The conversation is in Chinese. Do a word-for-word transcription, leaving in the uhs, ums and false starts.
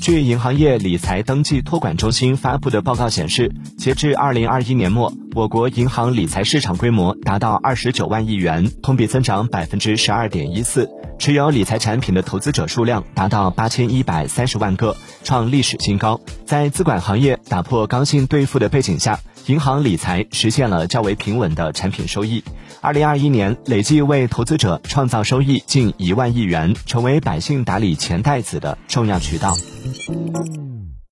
据银行业理财登记托管中心发布的报告显示，截至二零二一年末，我国银行理财市场规模达到二十九万亿元，同比增长百分之十二点一四，持有理财产品的投资者数量达到八千一百三十万个，创历史新高。在资管行业打破刚性兑付的背景下，银行理财实现了较为平稳的产品收益。二零二一年累计为投资者创造收益近一万亿元，成为百姓打理钱袋子的重要渠道。